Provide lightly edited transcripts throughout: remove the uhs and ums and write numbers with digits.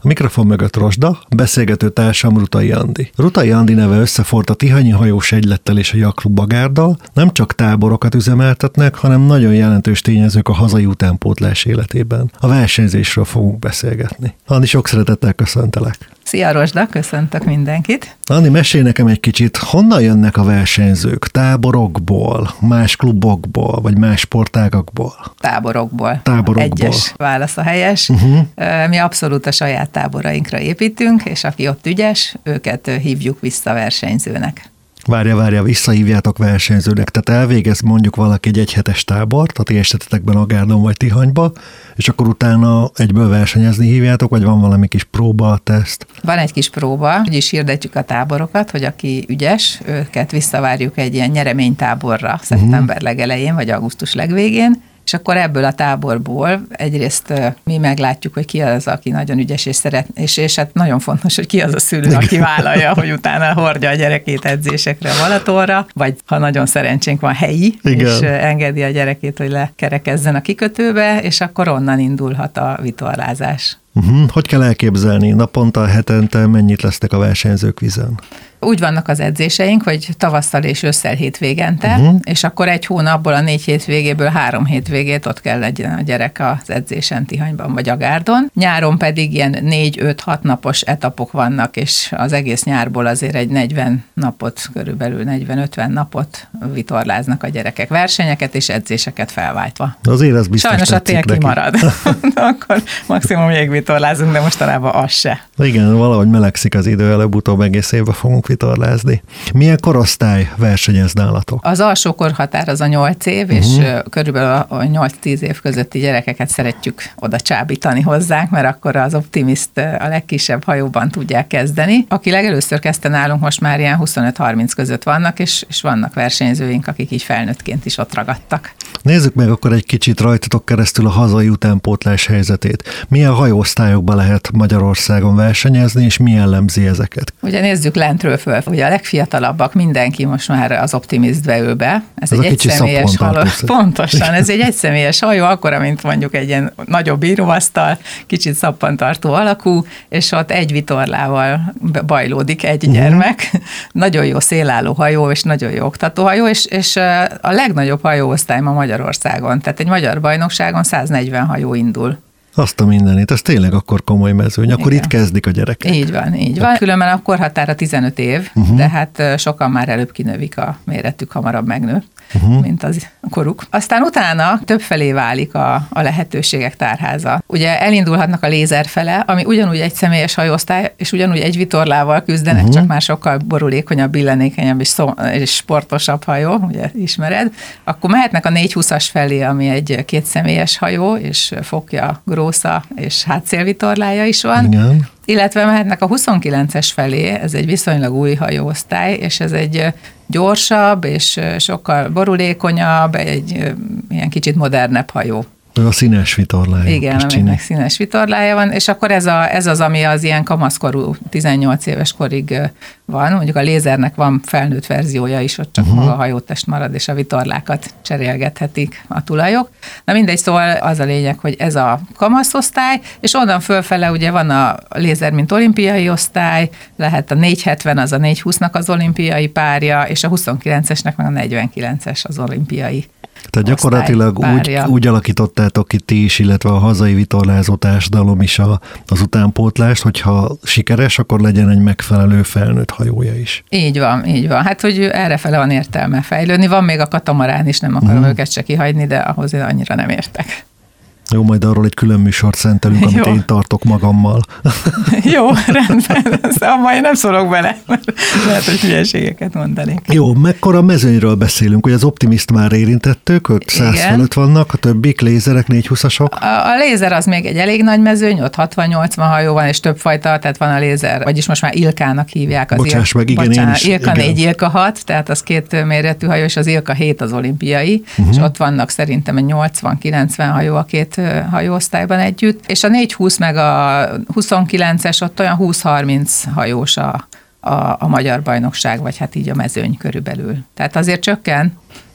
A mikrofon mögött Rozsda, beszélgető társam Rutai Andi. Rutai Andi neve összefort a Tihanyi Hajós Egylettel és a Yacht Bagárdal, nem csak táborokat üzemeltetnek, hanem nagyon jelentős tényezők a hazai utánpótlás életében. A versenyzésről fogunk beszélgetni. Andi, sok szeretettel köszöntelek. Szia Rozsda, köszöntök mindenkit. Andi, mesélj nekem egy kicsit, honnan jönnek a versenyzők? Táborokból, más klubokból, vagy más sportágakból? Táborokból. Táborokból. Egyes válasz a helyes. Mi abszolút a saját táborainkra építünk, és aki ott ügyes, őket hívjuk vissza versenyzőnek. Várja, visszahívjátok versenyzőnek, tehát elvégez mondjuk valaki egy egyhetes tábort, a ti esetetekben Agárdon vagy Tihanyba, és akkor utána egyből versenyezni hívjátok, vagy van valami kis próba, teszt? Van egy kis próba, úgyis hirdetjük a táborokat, hogy aki ügyes, őket visszavárjuk egy ilyen nyereménytáborra szeptember legelején, vagy augusztus legvégén, és akkor ebből a táborból egyrészt mi meglátjuk, hogy ki az, aki nagyon ügyes és szeret, és hát nagyon fontos, hogy ki az a szülő, aki vállalja, hogy utána hordja a gyerekét edzésekre a Balatonra, vagy ha nagyon szerencsénk van helyi, igen, és engedi a gyerekét, hogy lekerekezzen a kikötőbe, és akkor onnan indulhat a vitorlázás. Hogy kell elképzelni? Naponta, hetente mennyit lesznek a versenyzők vízen? Úgy vannak az edzéseink, hogy tavasszal és ősszel hétvégente, és akkor egy hónapból a 4 hétvégéből 3 hétvégét ott kell legyen a gyerek az edzésen Tihanyban vagy Agárdon. Nyáron pedig ilyen 4-5-6 napos etapok vannak, és az egész nyárból azért egy 40 napot, körülbelül 40-50 napot vitorláznak a gyerekek, versenyeket és edzéseket felváltva. Azért ez biztos. Sajnos a tél kimarad. Akkor maximum jégvitorlázunk, de mostanában az se. Igen, valahogy melegszik az idő, előbb-utóbb egész évben fogunk vitorlázni. Milyen korosztály versenyez nálatok? Az alsó korhatár az a 8 év, és körülbelül a 8-10 év közötti gyerekeket szeretjük oda csábítani hozzánk, mert akkor az Optimist a legkisebb hajóban tudják kezdeni. Aki legelőször kezdte nálunk, most már ilyen 25-30 között vannak, és vannak versenyzőink, akik így felnőttként is ott ragadtak. Nézzük meg akkor egy kicsit rajtatok keresztül a hazai utánpótlás helyzetét. Milyen hajóosztályokban lehet Magyarországon versenyezni, és mi jellemzi ezeket? Ugye nézzük lentről föl. Ugye a legfiatalabbak, mindenki most már az Optimistbe ül be. Ez egy egyszemélyes hajó. Pontosan, ez egy egyszemélyes hajó, akkora, mint mondjuk egy ilyen nagyobb íróasztal, kicsit szappantartó alakú, és ott egy vitorlával bajlódik egy gyermek. Nagyon jó szélálló hajó, és nagyon jó oktatóhajó, és a legnagyobb hajóosztály ma Magyarországon. Tehát egy magyar bajnokságon 140 hajó indul. Azt a mindenit, ez tényleg akkor komoly mezőny, akkor igen, itt kezdik a gyerekek. Így van. Különben a korhatára 15 év, de hát sokan már előbb kinövik a méretük, hamarabb megnő, mint az koruk. Aztán utána többfelé válik a lehetőségek tárháza. Ugye elindulhatnak a lézer fele, ami ugyanúgy egy személyes hajóosztály, és ugyanúgy egy vitorlával küzdenek, csak már sokkal borulékonyabb, illenékenyebb és sportosabb hajó, ugye ismered. Akkor mehetnek a 420-as felé, ami egy 2 személyes hajó, és fokja, grósza és hátszélvitorlája is van. Igen. Illetve mehetnek a 29-es felé, ez egy viszonylag új hajóosztály, és ez egy gyorsabb és sokkal borulékonyabb, egy ilyen kicsit modernebb hajó. A színes vitorlája. Igen, aminek színes vitorlája van, és akkor ez az, ami az ilyen kamaszkorú 18 éves korig van. Mondjuk a lézernek van felnőtt verziója is, ott csak maga a hajótest marad, és a vitorlákat cserélgethetik a tulajok. Na mindegy, szóval az a lényeg, hogy ez a kamaszosztály, és onnan fölfele ugye van a lézer, mint olimpiai osztály, lehet a 470, az a 420-nak az olimpiai párja, és a 29-esnek meg a 49-es az olimpiai. Tehát gyakorlatilag úgy alakítottátok ki ti is, illetve a hazai vitorlázó társadalom is az utánpótlást, hogyha sikeres, akkor legyen egy megfelelő felnőtt hajója is. Így van. Hát, hogy errefele van értelme fejlődni. Van még a katamarán is, nem akarom őket se kihagyni, de ahhoz én annyira nem értek. Jó, majd arról egy külön műsort szentelünk, amit én tartok magammal. Jó, rendben. Szóval én nem szólok bele, mert lehet, hogy hülyeségeket mondanék. Jó, mekkora mezőnyről beszélünk, hogy az Optimist már érintettük, ott 100 fölött vannak, a többik lézerek, 420-asok? A lézer az még egy elég nagy mezőny, ott 60-80 hajó van, és több fajta, tehát van a lézer, vagyis most már Ilkának hívják. Az Ilka 4, Ilka 6, tehát az 2 méretű hajó, és az Ilka 7 az olimpiai, és ott vannak szerintem 80-90 hajó a 2 hajóosztályban együtt, és a 420 meg a 29-es, ott olyan 20-30 hajós a magyar bajnokság, vagy hát így a mezőny körülbelül. Tehát azért csökken,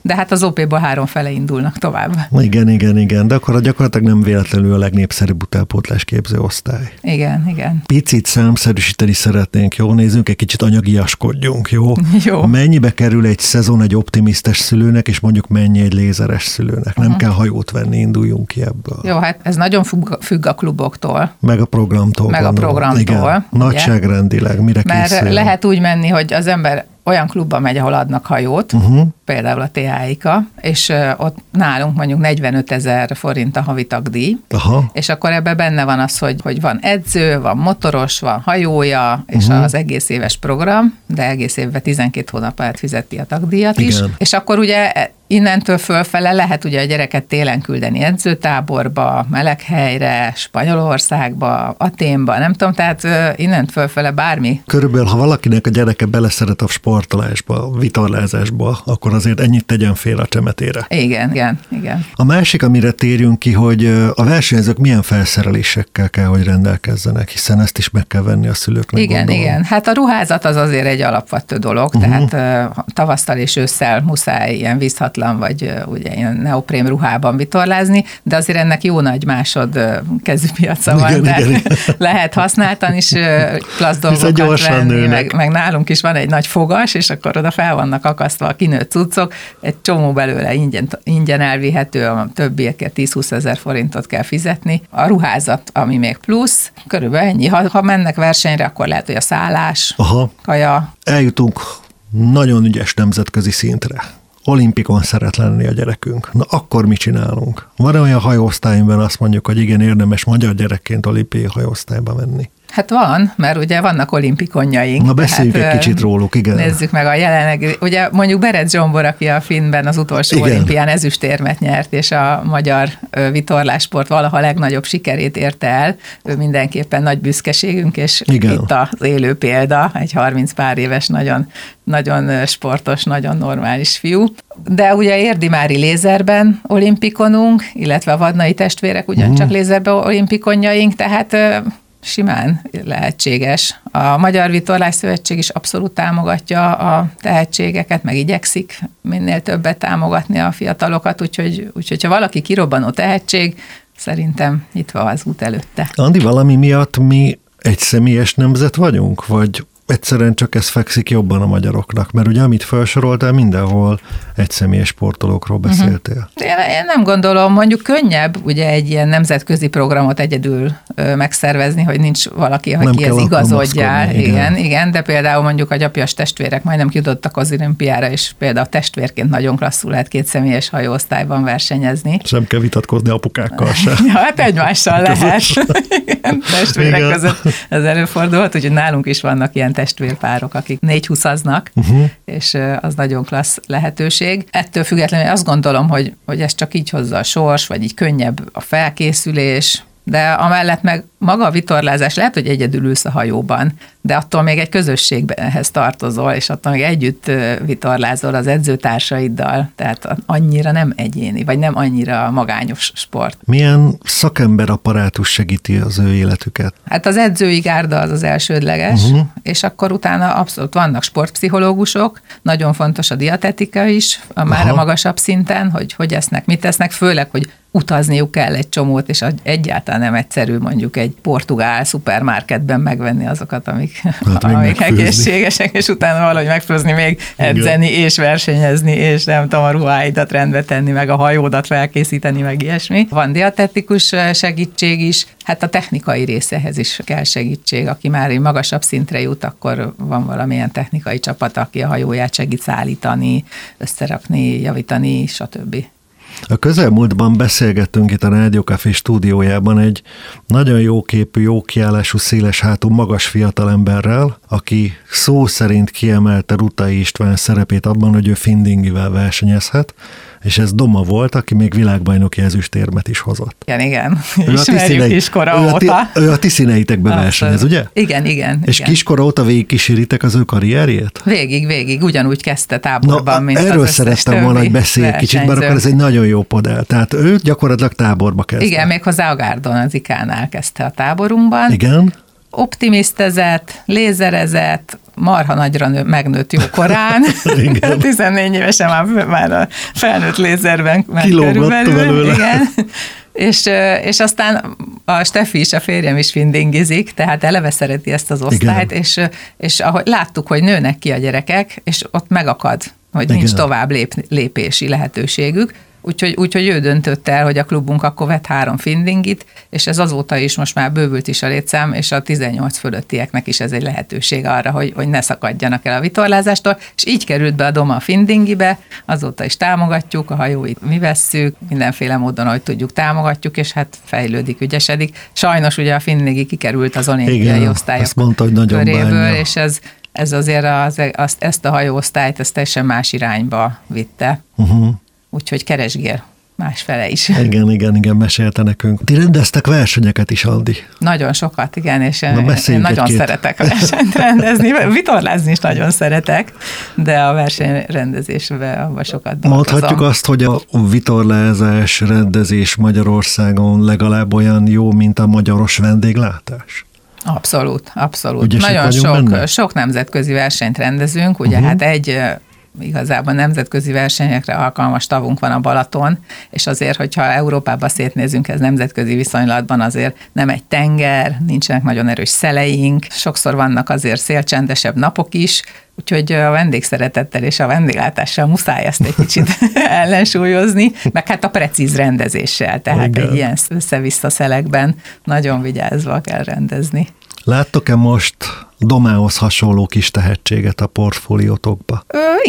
De hát az OP-ból 3 fele indulnak tovább. Igen, de akkor gyakorlatilag nem véletlenül a legnépszerűbb utánpótlás képző osztály. Igen. Picit számszerűsíteni szeretnénk, jó? Nézzünk, egy kicsit anyagiaskodjunk, jó? Jó. Mennyibe kerül egy szezon egy optimisztes szülőnek, és mondjuk mennyi egy lézeres szülőnek? Nem kell hajót venni, induljunk ki ebből. Jó, hát ez nagyon függ a kluboktól. Meg a programtól. Igen. Nagyságrendileg, mire készül? Mert lehet úgy menni, hogy az ember olyan klubba megy, ahol adnak hajót, például a TAIK-a, és ott nálunk mondjuk 45 000 forint a havi tagdíj, és akkor ebben benne van az, hogy van edző, van motoros, van hajója, és az egész éves program, de egész évben 12 hónap alatt fizeti a tagdíjat is, és akkor ugye innentől fölfele lehet ugye a gyereket télen küldeni edzőtáborba, meleghelyre, Spanyolországba, Athénba, nem tudom, tehát innent fölfele bármi. Körülbelül, ha valakinek a gyereke beleszeret a sportolásba, a vitorlázásba, akkor azért ennyit tegyen fél a csemetére. Igen. A másik, amire térjünk ki, hogy a versenyzők milyen felszerelésekkel kell, hogy rendelkezzenek, hiszen ezt is meg kell venni a szülőknek. Igen. Hát a ruházat az azért egy alapvető dolog, tehát tavasztal és ősszel muszáj ilyen vízhatlan vagy ugye ilyen neoprém ruhában vitorlázni, de azért ennek jó nagy másodkezű piaca van, tehát lehet használtan is klassz dolgokat venni, meg nálunk is van egy nagy fogas, és akkor oda fel vannak akasztva a kinőtt cuccok, egy csomó belőle ingyen elvihető, a többieket 10-20 000 forintot kell fizetni. A ruházat, ami még plusz, körülbelül ennyi. Ha mennek versenyre, akkor lehet, hogy a szállás, kaja. Eljutunk nagyon ügyes nemzetközi szintre. Olimpikon szeret lenni a gyerekünk. Na akkor mit csinálunk? Van olyan hajóosztály, amiben azt mondjuk, hogy igen, érdemes magyar gyerekként olimpiai hajóosztályba menni? Hát van, mert ugye vannak olimpikonjaink. Na beszéljük egy kicsit róluk, igen. Nézzük meg a jelenleg. Ugye mondjuk Berec Zsombor, aki a Finnben az utolsó olimpián ezüstérmet nyert, és a magyar vitorlásport valaha legnagyobb sikerét érte el. Ő mindenképpen nagy büszkeségünk, és itt az élő példa, egy 30 pár éves, nagyon sportos, nagyon normális fiú. De ugye Érdi Mári lézerben olimpikonunk, illetve a Vadnai testvérek ugyancsak lézerben olimpikonjaink, tehát simán lehetséges. A Magyar Vitorlás Szövetség is abszolút támogatja a tehetségeket, meg igyekszik minél többet támogatni a fiatalokat, úgyhogy ha valaki kirobbanó tehetség, szerintem itt van az út előtte. Andi, valami miatt mi egy személyes nemzet vagyunk, vagy egyszerűen csak ez fekszik jobban a magyaroknak? Mert ugye, amit felsoroltál, mindenhol egyszemélyes sportolókról beszéltél. Én nem gondolom, mondjuk könnyebb ugye egy ilyen nemzetközi programot egyedül megszervezni, hogy nincs valaki, hogy kihez igazodjál. Igen, de például mondjuk a gyapjas testvérek majdnem kijutottak az olimpiára, és például testvérként nagyon klasszul lehet 2 személyes hajóosztályban versenyezni. Sem kell vitatkozni apukákkal sem. Ja, hát egymással lehet. Igen, testvérek között ez előfordulhat, úgyhogy nálunk is vannak ilyen testvérpárok, akik 4-20-aznak, és az nagyon klassz lehetőség. Ettől függetlenül azt gondolom, hogy ez csak így hozza a sors, vagy így könnyebb a felkészülés, de amellett meg maga a vitorlázás, lehet, hogy egyedül ülsz a hajóban, de attól még egy közösséghez tartozol, és attól még együtt vitorlázol az edzőtársaiddal, tehát annyira nem egyéni, vagy nem annyira magányos sport. Milyen szakemberapparátus segíti az ő életüket? Hát az edzői gárda az elsődleges, és akkor utána abszolút vannak sportpszichológusok, nagyon fontos a dietetika is, már a magasabb szinten, hogy esznek, mit esznek, főleg, hogy utazniuk kell egy csomót, és egyáltalán nem egyszerű mondjuk egy portugál szupermarketben megvenni azokat, amik egészségesek, és utána valahogy megfőzni, még edzeni, és versenyezni, és nem tudom, a ruháidat rendbe tenni, meg a hajódat felkészíteni, meg ilyesmi. Van dietetikus segítség is, hát a technikai részehez is kell segítség. Aki már egy magasabb szintre jut, akkor van valamilyen technikai csapat, aki a hajóját segít szállítani, összerakni, javítani, stb. A közelmúltban beszélgettünk itt a Rádió Café stúdiójában egy nagyon jóképű, jókiállású, széles hátú, magas fiatalemberrel, aki szó szerint kiemelte Rutai István szerepét abban, hogy ő Findingivel versenyezhet, és ez Doma volt, aki még világbajnoki ezüstérmet is hozott. Igen. Ismerjük kiskora óta. Ő a ti színeitekben versenyez, ugye? Igen. És kiskora óta végigkíséritek az ő karrierjét? Végig. Ugyanúgy kezdte táborban, mint erről az szerettem volna, hogy beszélj kicsit, mert akkor ez egy nagyon jó podel. Tehát ő gyakorlatilag táborba kezdte. Igen, méghozzá a Gárdon, az IK-nál kezdte a táborunkban. Igen. Optimisztezett, lézerezett, marha nagyra megnőtt jó korán. 14 évesen már a felnőtt lézerben ment körülbelül. Igen. És aztán a Steffi is, a férjem is findingizik, tehát eleve szereti ezt az osztályt, és ahogy láttuk, hogy nőnek ki a gyerekek, és ott megakad, hogy nincs tovább lépési lehetőségük. Úgyhogy ő döntött el, hogy a klubunk akkor vett 3 findingit, és ez azóta is most már bővült is a létszám, és a 18 fölöttieknek is ez egy lehetőség arra, hogy ne szakadjanak el a vitorlázástól, és így került be a Doma a findingibe, azóta is támogatjuk, a hajóit mi vesszük, mindenféle módon, ahogy tudjuk, támogatjuk, és hát fejlődik, ügyesedik. Sajnos ugye a findingi kikerült az olimpiai osztályok köréből, és ez azért ezt a hajóosztályt ezt teljesen más irányba vitte. Úgyhogy keresgél másfele is. Igen, mesélte nekünk. Ti rendeztek versenyeket is, Andi? Nagyon sokat, igen, és én nagyon szeretek versenyt rendezni, vitorlázni is nagyon szeretek, de a versenyrendezésben abban sokat dolgozom. Mondhatjuk azt, hogy a vitorlázás rendezés Magyarországon legalább olyan jó, mint a magyaros vendéglátás? Abszolút. Ügyesek nagyon sok nemzetközi versenyt rendezünk, ugye hát igazából nemzetközi versenyekre alkalmas tavunk van a Balaton, és azért, hogyha Európába szétnézünk, ez nemzetközi viszonylatban azért nem egy tenger, nincsenek nagyon erős szeleink, sokszor vannak azért szélcsendesebb napok is, úgyhogy a vendégszeretettel és a vendéglátással muszáj ezt egy kicsit ellensúlyozni, meg hát a precíz rendezéssel, tehát egy ilyen össze-vissza szelekben nagyon vigyázva kell rendezni. Láttok-e most Domához hasonló kis tehetséget a portfóliótokba?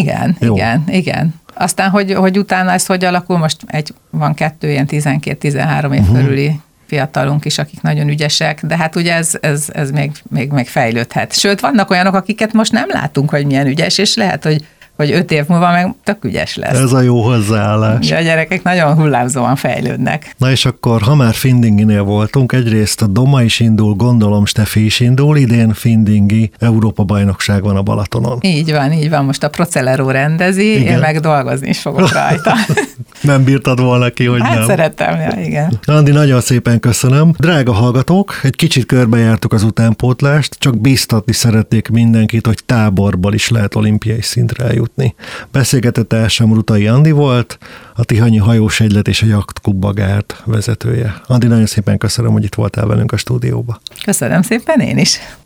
Igen. Aztán, hogy utána ez hogy alakul, most van 2 ilyen 12-13 év körüli fiatalunk is, akik nagyon ügyesek, de hát ugye ez még fejlődhet. Sőt, vannak olyanok, akiket most nem látunk, hogy milyen ügyes, és lehet, hogy 5 év múlva meg tök ügyes lesz. Ez a jó hozzáállás. A gyerekek nagyon hullámzóan fejlődnek. Na és akkor, ha már findinginél voltunk, egyrészt a Doma is indul, gondolom Steffi is indul, idén findingi Európa-bajnokság van a Balatonon. Így van, most a Procelero rendezi, igen. Én meg dolgozni is fogok rajta. Nem bírtad volna ki, hogy nem. Szeretem, igen. Andi, nagyon szépen köszönöm. Drága hallgatók, egy kicsit körbejártuk az utánpótlást, csak bíztatni szeretnék mindenkit, hogy táborból is lehet olimpiai szintre eljutni. Beszélgetett társam Rutai Andi volt, a Tihanyi Hajós Egylet és a Jachtklub Bagárd vezetője. Andi, nagyon szépen köszönöm, hogy itt voltál velünk a stúdióba. Köszönöm szépen, én is.